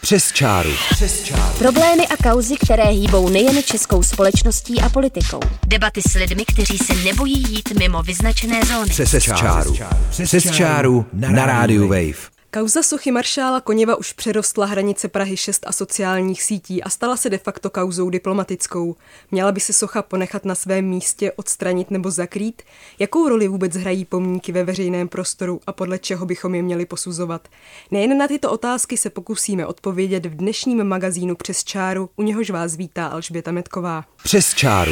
Přes čáru. Problémy a kauzy, které hýbou nejen českou společností a politikou. Debaty s lidmi, kteří se nebojí jít mimo vyznačené zóny. Přes čáru na rádiu Wave. Kauza sochy maršála Koněva už přerostla hranice Prahy 6 a sociálních sítí a stala se de facto kauzou diplomatickou. Měla by se socha ponechat na svém místě, odstranit nebo zakrýt? Jakou roli vůbec hrají pomníky ve veřejném prostoru a podle čeho bychom je měli posuzovat? Nejen na tyto otázky se pokusíme odpovědět v dnešním magazínu Přes čáru, u něhož vás vítá Alžběta Metková. Přes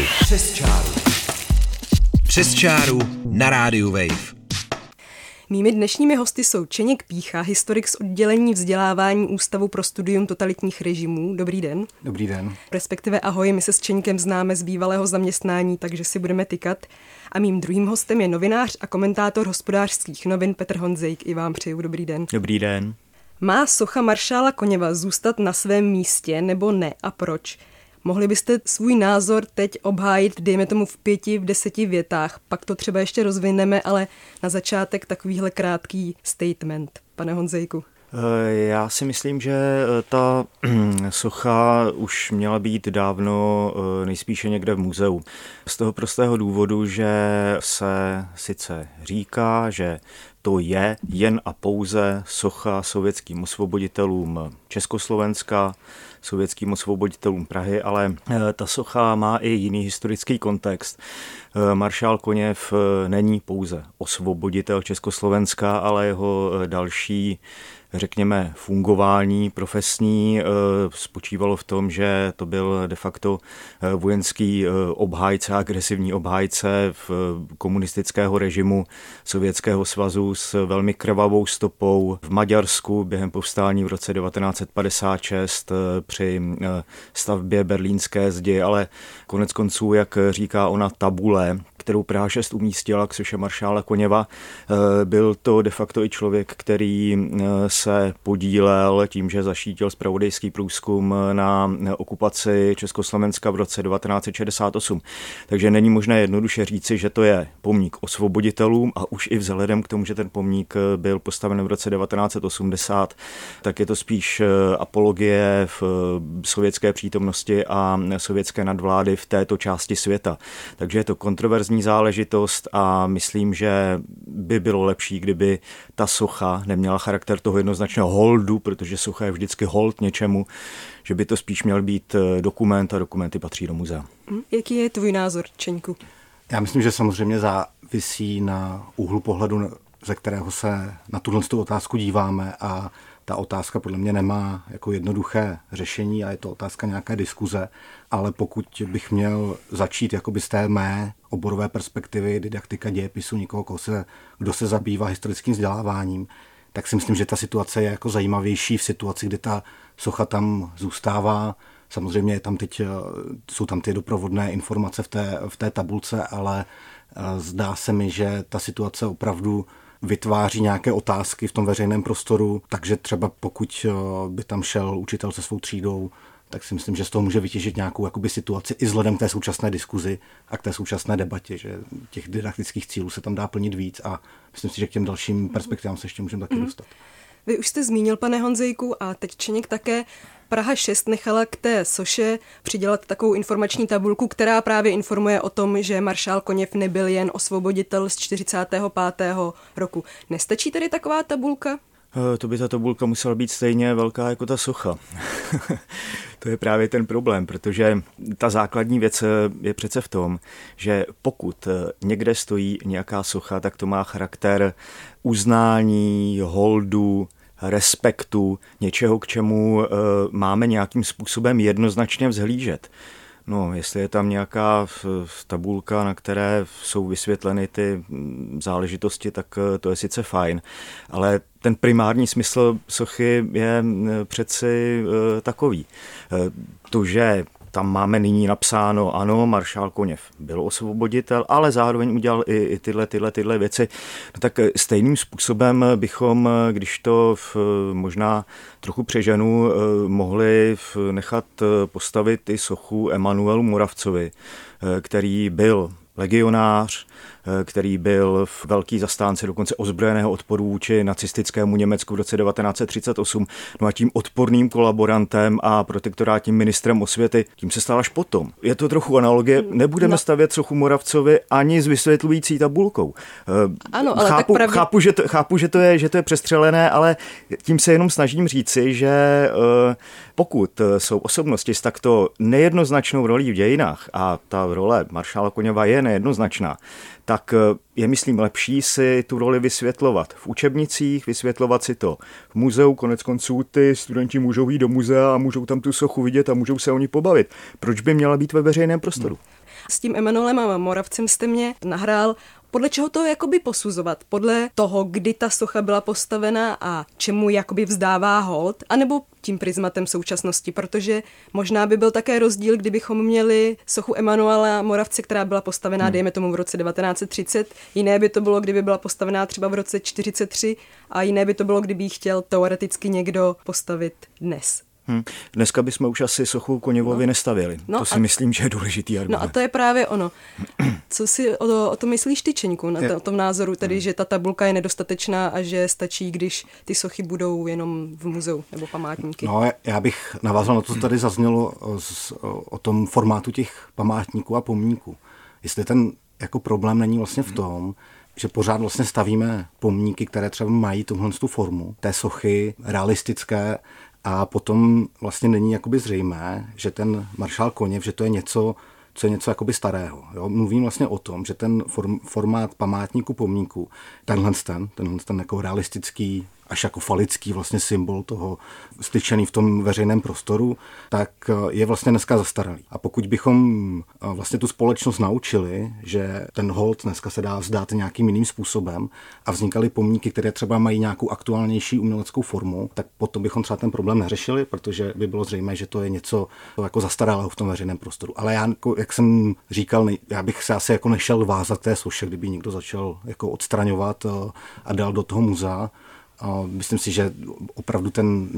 čáru na rádiu Wave. Mými dnešními hosty jsou Čeněk Pýcha, historik z oddělení vzdělávání Ústavu pro studium totalitních režimů. Dobrý den. Dobrý den. Respektive ahoj, my se s Čeňkem známe z bývalého zaměstnání, takže si budeme tykat. A mým druhým hostem je novinář a komentátor Hospodářských novin Petr Honzejk. I vám přeju dobrý den. Dobrý den. Má socha maršála Koněva zůstat na svém místě nebo ne a proč? Mohli byste svůj názor teď obhájit, dejme tomu v 5-10 větách, pak to třeba ještě rozvineme, ale na začátek takovýhle krátký statement. Pane Honzejku. Já si myslím, že ta socha už měla být dávno nejspíše někde v muzeu. Z toho prostého důvodu, že se sice říká, že to je jen a pouze socha sovětským osvoboditelům Československa, sovětským osvoboditelům Prahy, ale ta socha má i jiný historický kontext. Maršál Koněv není pouze osvoboditel Československa, ale jeho další, řekněme, fungování profesní spočívalo v tom, že to byl de facto vojenský obhájce, agresivní obhájce v komunistického režimu Sovětského svazu s velmi krvavou stopou v Maďarsku během povstání v roce 1956 při stavbě berlínské zdi, ale konec konců, jak říká ona tabule, kterou Praha 6 umístila k soše maršála Koněva, byl to de facto i člověk, který se podílel tím, že zaštítil zpravodajský průzkum na okupaci Československa v roce 1968. Takže není možné jednoduše říci, že to je pomník osvoboditelům a už i vzhledem k tomu, že ten pomník byl postaven v roce 1980, tak je to spíš apologie v sovětské přítomnosti a sovětské nadvlády v této části světa. Takže je to kontroverzní záležitost a myslím, že by bylo lepší, kdyby ta socha neměla charakter toho jednoznačného holdu, protože socha je vždycky hold něčemu, že by to spíš měl být dokument a dokumenty patří do muzea. Jaký je tvůj názor, Čeňku? Já myslím, že samozřejmě závisí na úhlu pohledu, ze kterého se na tuhle otázku díváme a ta otázka podle mě nemá jako jednoduché řešení a je to otázka nějaké diskuze, ale pokud bych měl začít jakoby z té mé oborové perspektivy, didaktika dějepisu, někoho, kdo se zabývá historickým vzděláváním, tak si myslím, že ta situace je jako zajímavější v situaci, kdy ta socha tam zůstává. Samozřejmě jsou tam ty doprovodné informace v té tabulce, ale zdá se mi, že ta situace opravdu vytváří nějaké otázky v tom veřejném prostoru, takže třeba pokud by tam šel učitel se svou třídou, tak si myslím, že z toho může vytěžit nějakou jakoby situaci i vzhledem k té současné diskuzi a k té současné debatě, že těch didaktických cílů se tam dá plnit víc a myslím si, že k těm dalším perspektivám se ještě můžeme taky dostat. Vy už jste zmínil, pane Honzejku, a teď Čeněk také, Praha 6 nechala k té soše přidělat takovou informační tabulku, která právě informuje o tom, že maršál Koněv nebyl jen osvoboditel z 45. roku. Nestačí tedy taková tabulka? To by ta tabulka musela být stejně velká jako ta socha. To je právě ten problém, protože ta základní věc je přece v tom, že pokud někde stojí nějaká socha, tak to má charakter uznání, holdu, respektu, něčeho, k čemu máme nějakým způsobem jednoznačně vzhlížet. No, jestli je tam nějaká tabulka, na které jsou vysvětleny ty záležitosti, tak to je sice fajn, ale ten primární smysl sochy je přeci takový. To, že tam máme nyní napsáno, ano, maršál Koněv byl osvoboditel, ale zároveň udělal i tyhle věci. No tak stejným způsobem bychom, když to možná trochu přeženu, mohli nechat postavit i sochu Emanuelu Moravcovi, který byl legionář, který byl velký zastánce dokonce ozbrojeného odporu vůči nacistickému Německu v roce 1938. No a tím odporným kolaborantem a protektorátním ministrem osvěty, tím se stal až potom. Je to trochu analogie, nebudeme stavět sochu Moravcovi ani s vysvětlující tabulkou. Ano, ale chápu, že to je přestřelené, ale tím se jenom snažím říci, že pokud jsou osobnosti s takto nejednoznačnou rolí v dějinách a ta role maršála Koněva je nejednoznačná, tak je, myslím, lepší si tu roli vysvětlovat v učebnicích, vysvětlovat si to v muzeu, konec konců ty studenti můžou jít do muzea a můžou tam tu sochu vidět a můžou se o ní pobavit. Proč by měla být ve veřejném prostoru? S tím Emanuelem Moravcem jste mě nahrál. Podle čeho to jakoby posuzovat? Podle toho, kdy ta socha byla postavena a čemu jakoby vzdává hold? A nebo tím prismatem současnosti? Protože možná by byl také rozdíl, kdybychom měli sochu Emanuela Moravce, která byla postavená, dejme tomu v roce 1930. Jiné by to bylo, kdyby byla postavená třeba v roce 1943 a jiné by to bylo, kdyby ji chtěl teoreticky někdo postavit dnes. Dneska bychom už asi sochu Koněvovi nestavili. To si myslím, že je důležitý argument. No a to je právě ono. Co si o to myslíš ty, Čeňku, o tom názoru, tedy, že ta tabulka je nedostatečná a že stačí, když ty sochy budou jenom v muzeu nebo památníky? No, já bych navázal na to, co tady zaznělo o tom formátu těch památníků a pomníků. Jestli ten jako problém není vlastně v tom, že pořád vlastně stavíme pomníky, které třeba mají tu formu té sochy realistické, a potom vlastně není jakoby zřejmé, že ten maršál Koněv, že to je něco, co je něco jakoby starého. Jo? Mluvím vlastně o tom, že ten formát památníku, pomníku, tenhle jako realistický, až jako falický vlastně symbol toho styčený v tom veřejném prostoru, tak je vlastně dneska zastaralý. A pokud bychom vlastně tu společnost naučili, že ten hold dneska se dá vzdát nějakým jiným způsobem a vznikaly pomníky, které třeba mají nějakou aktuálnější uměleckou formu, tak potom bychom třeba ten problém neřešili, protože by bylo zřejmé, že to je něco jako zastaralého v tom veřejném prostoru. Ale já, jak jsem říkal, já bych se asi jako nešel vázat té soše, kdyby někdo začal jako odstraňovat a dal do toho muzea. A myslím si, že opravdu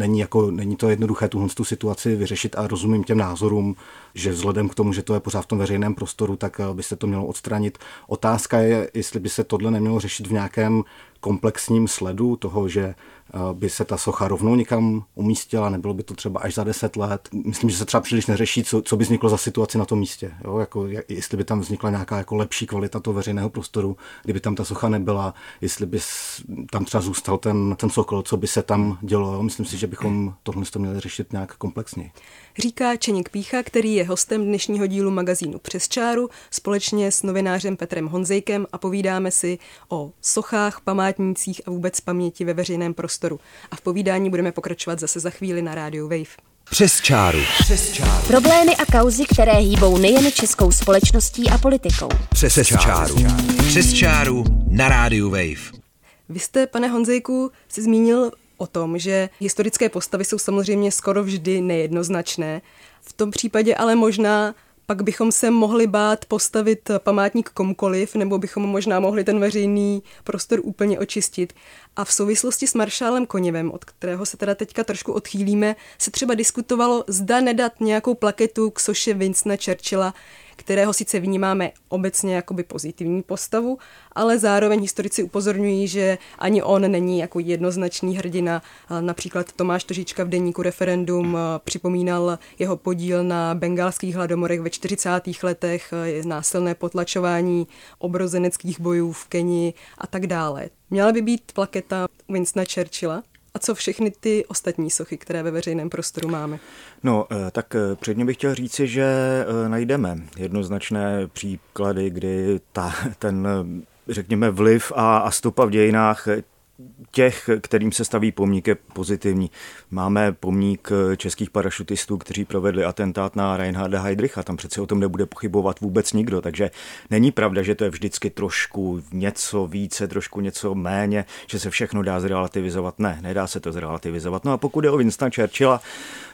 není to jednoduché tu situaci vyřešit a rozumím těm názorům, že vzhledem k tomu, že to je pořád v tom veřejném prostoru, tak by se to mělo odstranit. Otázka je, jestli by se tohle nemělo řešit v nějakém komplexním sledu toho, že by se ta socha rovnou někam umístila, nebylo by to třeba až za 10 let. Myslím, že se třeba příliš neřeší, co by vzniklo za situaci na tom místě. Jo? Jestli by tam vznikla nějaká jako lepší kvalita toho veřejného prostoru, kdyby tam ta socha nebyla, jestli by tam třeba zůstal ten sokol, co by se tam dělo. Jo? Myslím si, že bychom tohle měli řešit nějak komplexněji. Říká Čeněk Pýcha, který je hostem dnešního dílu magazínu Přes čáru, společně s novinářem Petrem Honzejkem a povídáme si o sochách, památnících a vůbec paměti ve veřejném prostoru. A v povídání budeme pokračovat zase za chvíli na rádiu Wave. Přes čáru. Problémy a kauzy, které hýbou nejen českou společností a politikou. Přes čáru. Přes čáru na rádiu Wave. Vy jste, pane Honzejku, si zmínil o tom, že historické postavy jsou samozřejmě skoro vždy nejednoznačné. V tom případě ale možná pak bychom se mohli bát postavit památník komukoliv, nebo bychom možná mohli ten veřejný prostor úplně očistit. A v souvislosti s maršálem Koněvem, od kterého se teda teďka trošku odchýlíme, se třeba diskutovalo, zda nedat nějakou plaketu k soše Winstona Churchilla, kterého sice vnímáme obecně jakoby pozitivní postavu, ale zároveň historici upozorňují, že ani on není jako jednoznačný hrdina. Například Tomáš Tožička v deníku Referendum připomínal jeho podíl na bengálských hladomorech ve 40. letech, násilné potlačování obrozeneckých bojů v Keni a tak dále. Měla by být plaketa Winstona Churchilla? A co všechny ty ostatní sochy, které ve veřejném prostoru máme? No, tak předně bych chtěl říci, že najdeme jednoznačné příklady, kdy ten, řekněme, vliv a stopa v dějinách těch, kterým se staví pomník, je pozitivní. Máme pomník českých parašutistů, kteří provedli atentát na Reinharda Heydricha. Tam přece o tom nebude pochybovat vůbec nikdo. Takže není pravda, že to je vždycky trošku něco více, trošku něco méně, že se všechno dá zrelativizovat. Ne, nedá se to zrelativizovat. No a pokud je o Winstona Churchilla,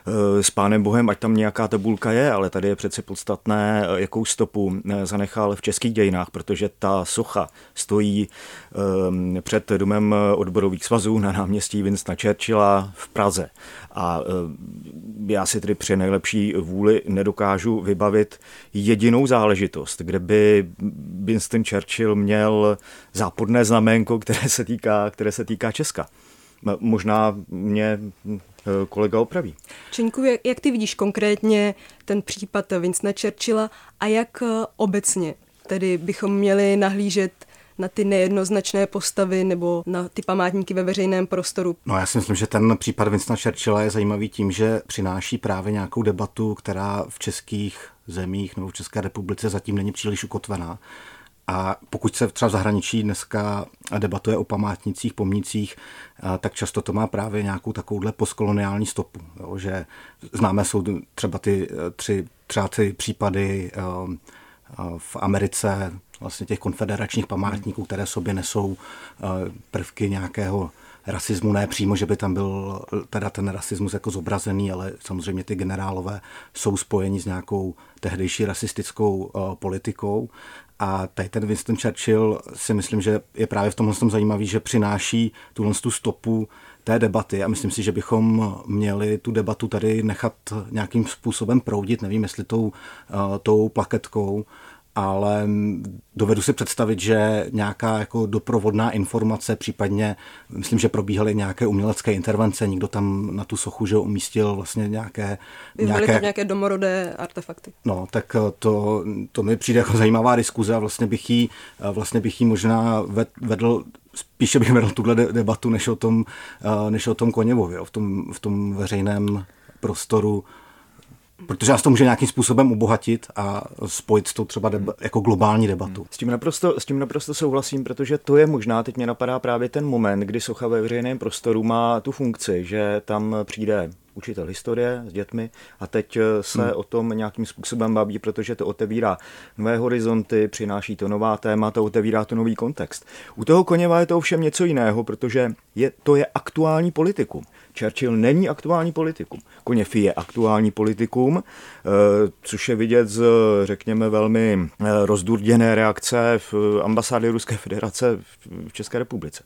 s Pánem Bohem, ať tam nějaká tabulka je, ale tady je přece podstatné, jakou stopu zanechal v českých dějinách, protože ta socha stojí před domem odborových svazů na náměstí Winstona Churchilla v Praze. A já si tedy při nejlepší vůli nedokážu vybavit jedinou záležitost, kde by Winston Churchill měl záporné znaménko, které se týká Česka. Možná mě kolega opraví. Čeňku, jak ty vidíš konkrétně ten případ Winstona Churchilla a jak obecně tedy bychom měli nahlížet na ty nejednoznačné postavy nebo na ty památníky ve veřejném prostoru? No, já si myslím, že ten případ Winstona Churchilla je zajímavý tím, že přináší právě nějakou debatu, která v českých zemích nebo v České republice zatím není příliš ukotvená. A pokud se třeba v zahraničí dneska debatuje o památnicích, pomnících, tak často to má právě nějakou takovouhle postkoloniální stopu. Jo, že známe jsou třeba ty případy v Americe, vlastně těch konfederačních památníků, které sobě nesou prvky nějakého rasismu, ne přímo, že by tam byl teda ten rasismus jako zobrazený, ale samozřejmě ty generálové jsou spojeni s nějakou tehdejší rasistickou politikou. A tady ten Winston Churchill si myslím, že je právě v tomhle zajímavý, že přináší tu stopu té debaty a myslím si, že bychom měli tu debatu tady nechat nějakým způsobem proudit, nevím, jestli tou plaketkou, ale dovedu si představit, že nějaká jako doprovodná informace, případně, myslím, že probíhaly nějaké umělecké intervence, někdo tam na tu sochu, že umístil vlastně nějaké domorodé artefakty. No, tak to mi přijde jako zajímavá diskuze a vlastně bych jí možná spíše bych vedl tuhle debatu, než o tom Koněvovi, v tom veřejném prostoru, protože nás to může nějakým způsobem obohatit a spojit s tou třeba jako globální debatu. S tím naprosto souhlasím, protože to je možná, teď mě napadá právě ten moment, kdy socha ve veřejném prostoru má tu funkci, že tam přijde učitel historie s dětmi a teď se o tom nějakým způsobem baví, protože to otevírá nové horizonty, přináší to nová témata, otevírá to nový kontext. U toho Koněva je to ovšem něco jiného, protože to je aktuální politikum. Churchill není aktuální politikum. Koněv je aktuální politikum, což je vidět z, řekněme, velmi rozdurděné reakce v ambasády Ruské federace v České republice.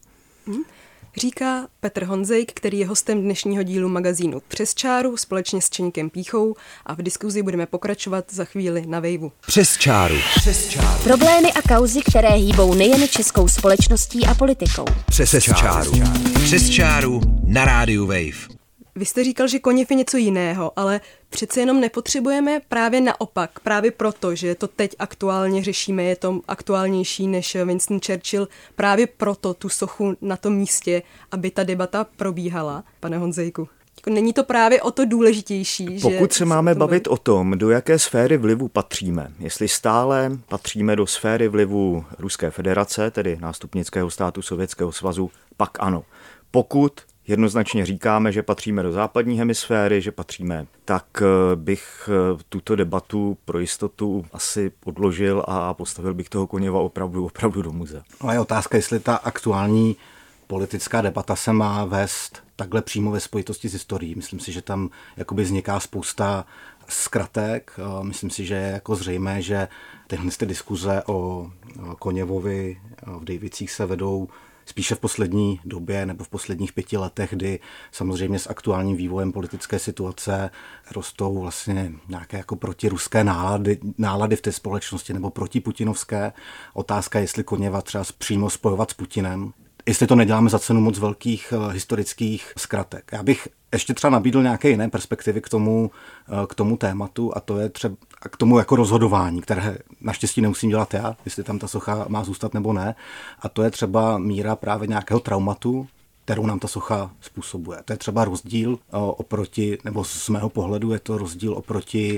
Říká Petr Honzejk, který je hostem dnešního dílu magazínu Přes čáru společně s Čeňkem Píchou a v diskuzi budeme pokračovat za chvíli na Waveu. Přes čáru. Problémy a kauzy, které hýbou nejen českou společností a politikou. Přes čáru. Přes čáru na rádiu Wave. Vy jste říkal, že Koněv je něco jiného, ale přece jenom nepotřebujeme právě naopak, právě proto, že to teď aktuálně řešíme, je to aktuálnější než Winston Churchill, právě proto tu sochu na tom místě, aby ta debata probíhala, pane Honzejku. Není to právě o to důležitější, že... Pokud se máme bavit o tom, do jaké sféry vlivu patříme, jestli stále patříme do sféry vlivu Ruské federace, tedy nástupnického státu Sovětského svazu, pak ano. Pokud jednoznačně říkáme, že patříme do západní hemisféry, že patříme, tak bych tuto debatu pro jistotu asi odložil a postavil bych toho Koněva opravdu do muzea. Ale je otázka, jestli ta aktuální politická debata se má vést takhle přímo ve spojitosti s historií. Myslím si, že tam jakoby vzniká spousta zkratek. Myslím si, že je jako zřejmé, že tyhle diskuze o Koněvovi v Dejvicích se vedou spíše v poslední době nebo v posledních 5 letech, kdy samozřejmě s aktuálním vývojem politické situace rostou vlastně nějaké jako protiruské nálady v té společnosti nebo protiputinovské. Otázka, jestli Koněva třeba přímo spojovat s Putinem, jestli to neděláme za cenu moc velkých historických zkratek. Já bych ještě třeba nabídl nějaké jiné perspektivy k tomu tématu a to je třeba k tomu jako rozhodování, které naštěstí nemusím dělat já, jestli tam ta socha má zůstat nebo ne. A to je třeba míra právě nějakého traumatu, kterou nám ta socha způsobuje. To je třeba rozdíl oproti, nebo z mého pohledu je to rozdíl oproti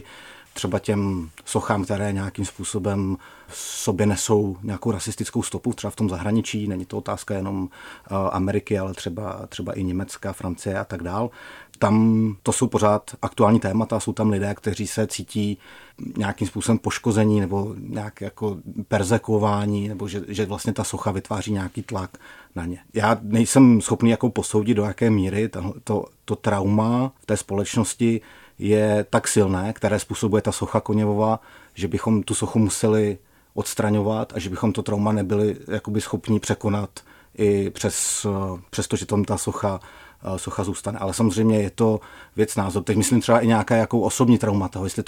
třeba těm sochám, které nějakým způsobem sobě nesou nějakou rasistickou stopu, třeba v tom zahraničí, není to otázka jenom Ameriky, ale třeba i Německa, Francie a tak dál. Tam to jsou pořád aktuální témata, jsou tam lidé, kteří se cítí nějakým způsobem poškození nebo nějak jako perzekuování, nebo že vlastně ta socha vytváří nějaký tlak na ně. Já nejsem schopný jako posoudit, do jaké míry to trauma v té společnosti je tak silné, které způsobuje ta socha Koněvova, že bychom tu sochu museli odstraňovat a že bychom to trauma nebyli jakoby schopni překonat i přes to, že tam ta socha zůstane. Ale samozřejmě je to věc názor. Teď myslím třeba i nějaké jako osobní traumata, jestli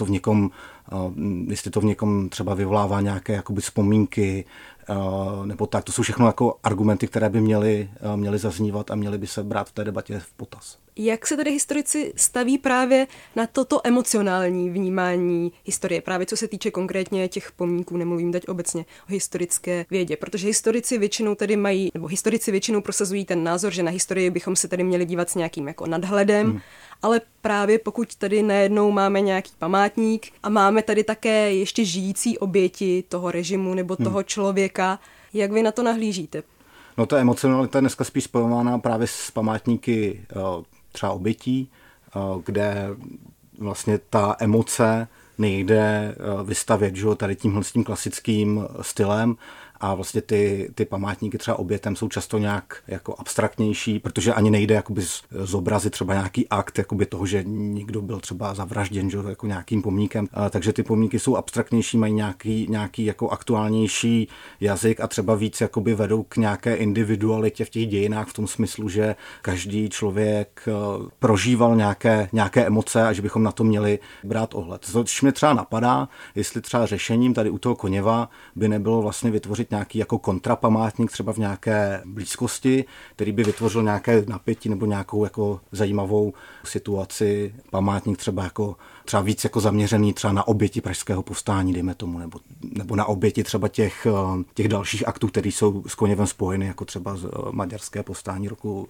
to v někom třeba vyvolává nějaké jakoby vzpomínky, nebo tak. To jsou všechno jako argumenty, které by měly zaznívat a měly by se brát v té debatě v potaz. Jak se tedy historici staví právě na toto emocionální vnímání historie, právě co se týče konkrétně těch pomníků, nemluvím teď obecně o historické vědě, protože historici většinou prosazují ten názor, že na historii bychom se tady měli dívat s nějakým jako nadhledem, ale právě pokud tady najednou máme nějaký památník a máme tady také ještě žijící oběti toho režimu nebo toho člověka, jak vy na to nahlížíte? No ta emocionalita je dneska spíš spojována právě s památníky třeba obětí, kde vlastně ta emoce nejde vystavět, že, tady tímhle s tím klasickým stylem a vlastně ty památníky třeba obětem jsou často nějak jako abstraktnější, protože ani nejde jakoby zobrazit třeba nějaký akt jakoby toho, že někdo byl třeba zavražděn, že, jako nějakým pomníkem. Takže ty pomníky jsou abstraktnější, mají nějaký jako aktuálnější jazyk a třeba víc jakoby vedou k nějaké individualitě v těch dějinách v tom smyslu, že každý člověk prožíval nějaké emoce a že bychom na to měli brát ohled. Což mě třeba napadá, jestli třeba řešením tady u toho Koněva by nebylo vlastně vytvořit nějaký jako kontrapamátník třeba v nějaké blízkosti, který by vytvořil nějaké napětí nebo nějakou jako zajímavou situaci. Památník třeba víc jako zaměřený třeba na oběti Pražského povstání, dejme tomu, nebo na oběti třeba těch dalších aktů, které jsou s Koněvem spojeny, jako třeba maďarské povstání roku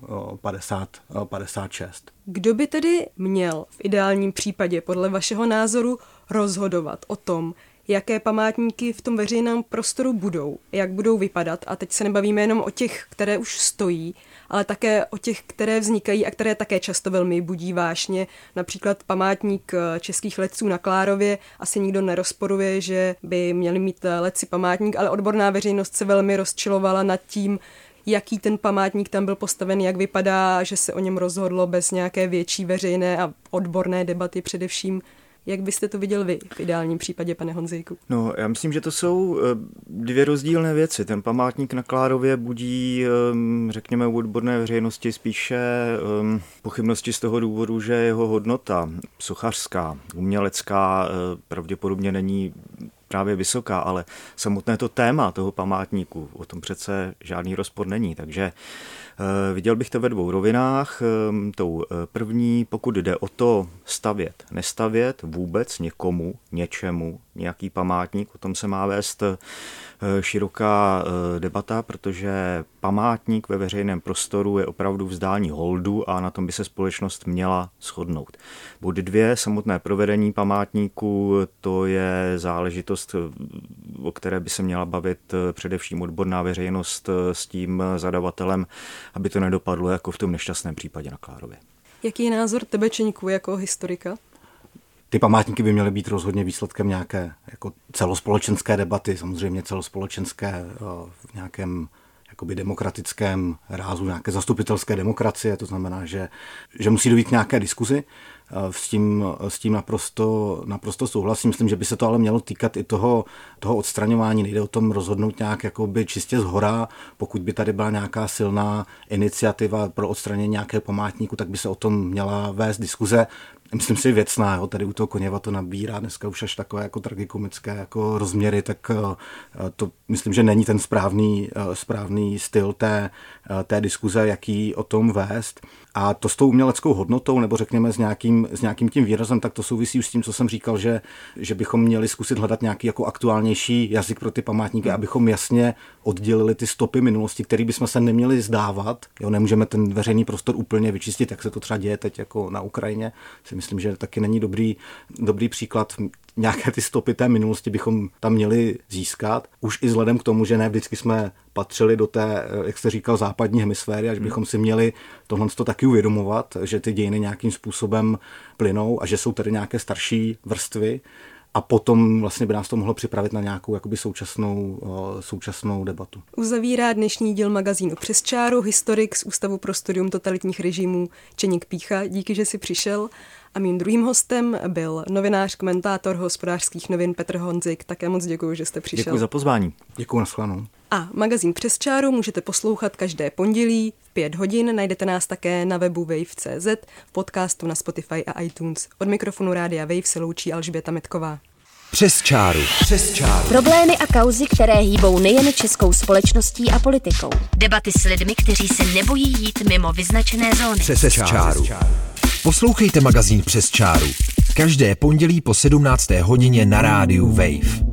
56. Kdo by tedy měl v ideálním případě podle vašeho názoru rozhodovat o tom, jaké památníky v tom veřejném prostoru budou, jak budou vypadat? A teď se nebavíme jenom o těch, které už stojí, ale také o těch, které vznikají a které také často velmi budí vášně. Například památník českých letců na Klárově asi nikdo nerozporuje, že by měli mít letci památník, ale odborná veřejnost se velmi rozčilovala nad tím, jaký ten památník tam byl postaven, jak vypadá, že se o něm rozhodlo bez nějaké větší veřejné a odborné debaty především. Jak byste to viděl vy v ideálním případě, pane Honzejku? No, já myslím, že to jsou dvě rozdílné věci. Ten památník na Klárově budí, řekněme, u odborné veřejnosti spíše pochybnosti z toho důvodu, že jeho hodnota sochařská, umělecká pravděpodobně není právě vysoká, ale samotné to téma toho památníku, o tom přece žádný rozpor není, takže viděl bych to ve dvou rovinách. Tou první, pokud jde o to stavět, nestavět vůbec někomu, něčemu, nějaký památník, o tom se má vést široká debata, protože památník ve veřejném prostoru je opravdu vzdání holdu a na tom by se společnost měla shodnout. Bod 2, samotné provedení památníku, to je záležitost, o které by se měla bavit především odborná veřejnost s tím zadavatelem, aby to nedopadlo jako v tom nešťastném případě na Klárově. Jaký je názor tebe, Čeňku, jako historika? Ty památníky by měly být rozhodně výsledkem nějaké jako celospolečenské debaty, samozřejmě celospolečenské v nějakém jakoby demokratickém rázu, nějaké zastupitelské demokracie, to znamená, že musí dojít k nějaké diskuzi. S tím naprosto souhlasím. Myslím, že by se to ale mělo týkat i toho odstraňování. Nejde o tom rozhodnout nějak jakoby čistě zhora. Pokud by tady byla nějaká silná iniciativa pro odstranění nějakého památníku, tak by se o tom měla vést diskuze. Myslím si věcná, jo. Tady u toho Koněva to nabírá dneska už až takové jako tragikomické jako rozměry, tak to myslím, že není ten správný styl té diskuze, jaký o tom vést. A to s tou uměleckou hodnotou, nebo řekněme s nějakým tím výrazem, tak to souvisí už s tím, co jsem říkal, že bychom měli zkusit hledat nějaký jako aktuálnější jazyk pro ty památníky, abychom jasně oddělili ty stopy minulosti, které bychom se neměli zdávat. Jo, nemůžeme ten veřejný prostor úplně vyčistit, jak se to třeba děje teď jako na Ukrajině. Si myslím, že taky není dobrý příklad. Nějaké ty stopy té minulosti bychom tam měli získat. Už i vzhledem k tomu, že ne vždycky jsme patřili do té, jak jste říkal, západní hemisféry, až bychom si měli tohle taky uvědomovat, že ty dějiny nějakým způsobem plynou a že jsou tady nějaké starší vrstvy. A potom vlastně by nás to mohlo připravit na nějakou jakoby současnou debatu. Uzavírá dnešní díl magazínu Přes čáru historik z Ústavu pro studium totalitních režimů Čeněk Pýcha. Díky, že jsi přišel. A mým druhým hostem byl novinář, komentátor Hospodářských novin Petr Honzik. Také moc děkuji, že jste přišel. Děkuji za pozvání. Děkuji, nashledanou. A magazín Přes čáru můžete poslouchat každé pondělí v 5 hodin. Najdete nás také na webu wave.cz, v podcastu na Spotify a iTunes. Od mikrofonu Rádia Wave se loučí Alžběta Metková. Přes čáru. Přes čáru. Problémy a kauzy, které hýbou nejen českou společností a politikou. Debaty s lidmi, kteří se nebojí jít mimo vyznačené zóny. Přes čáru. Poslouchejte magazín Přes čáru. Každé pondělí po 17. hodině na rádiu Wave.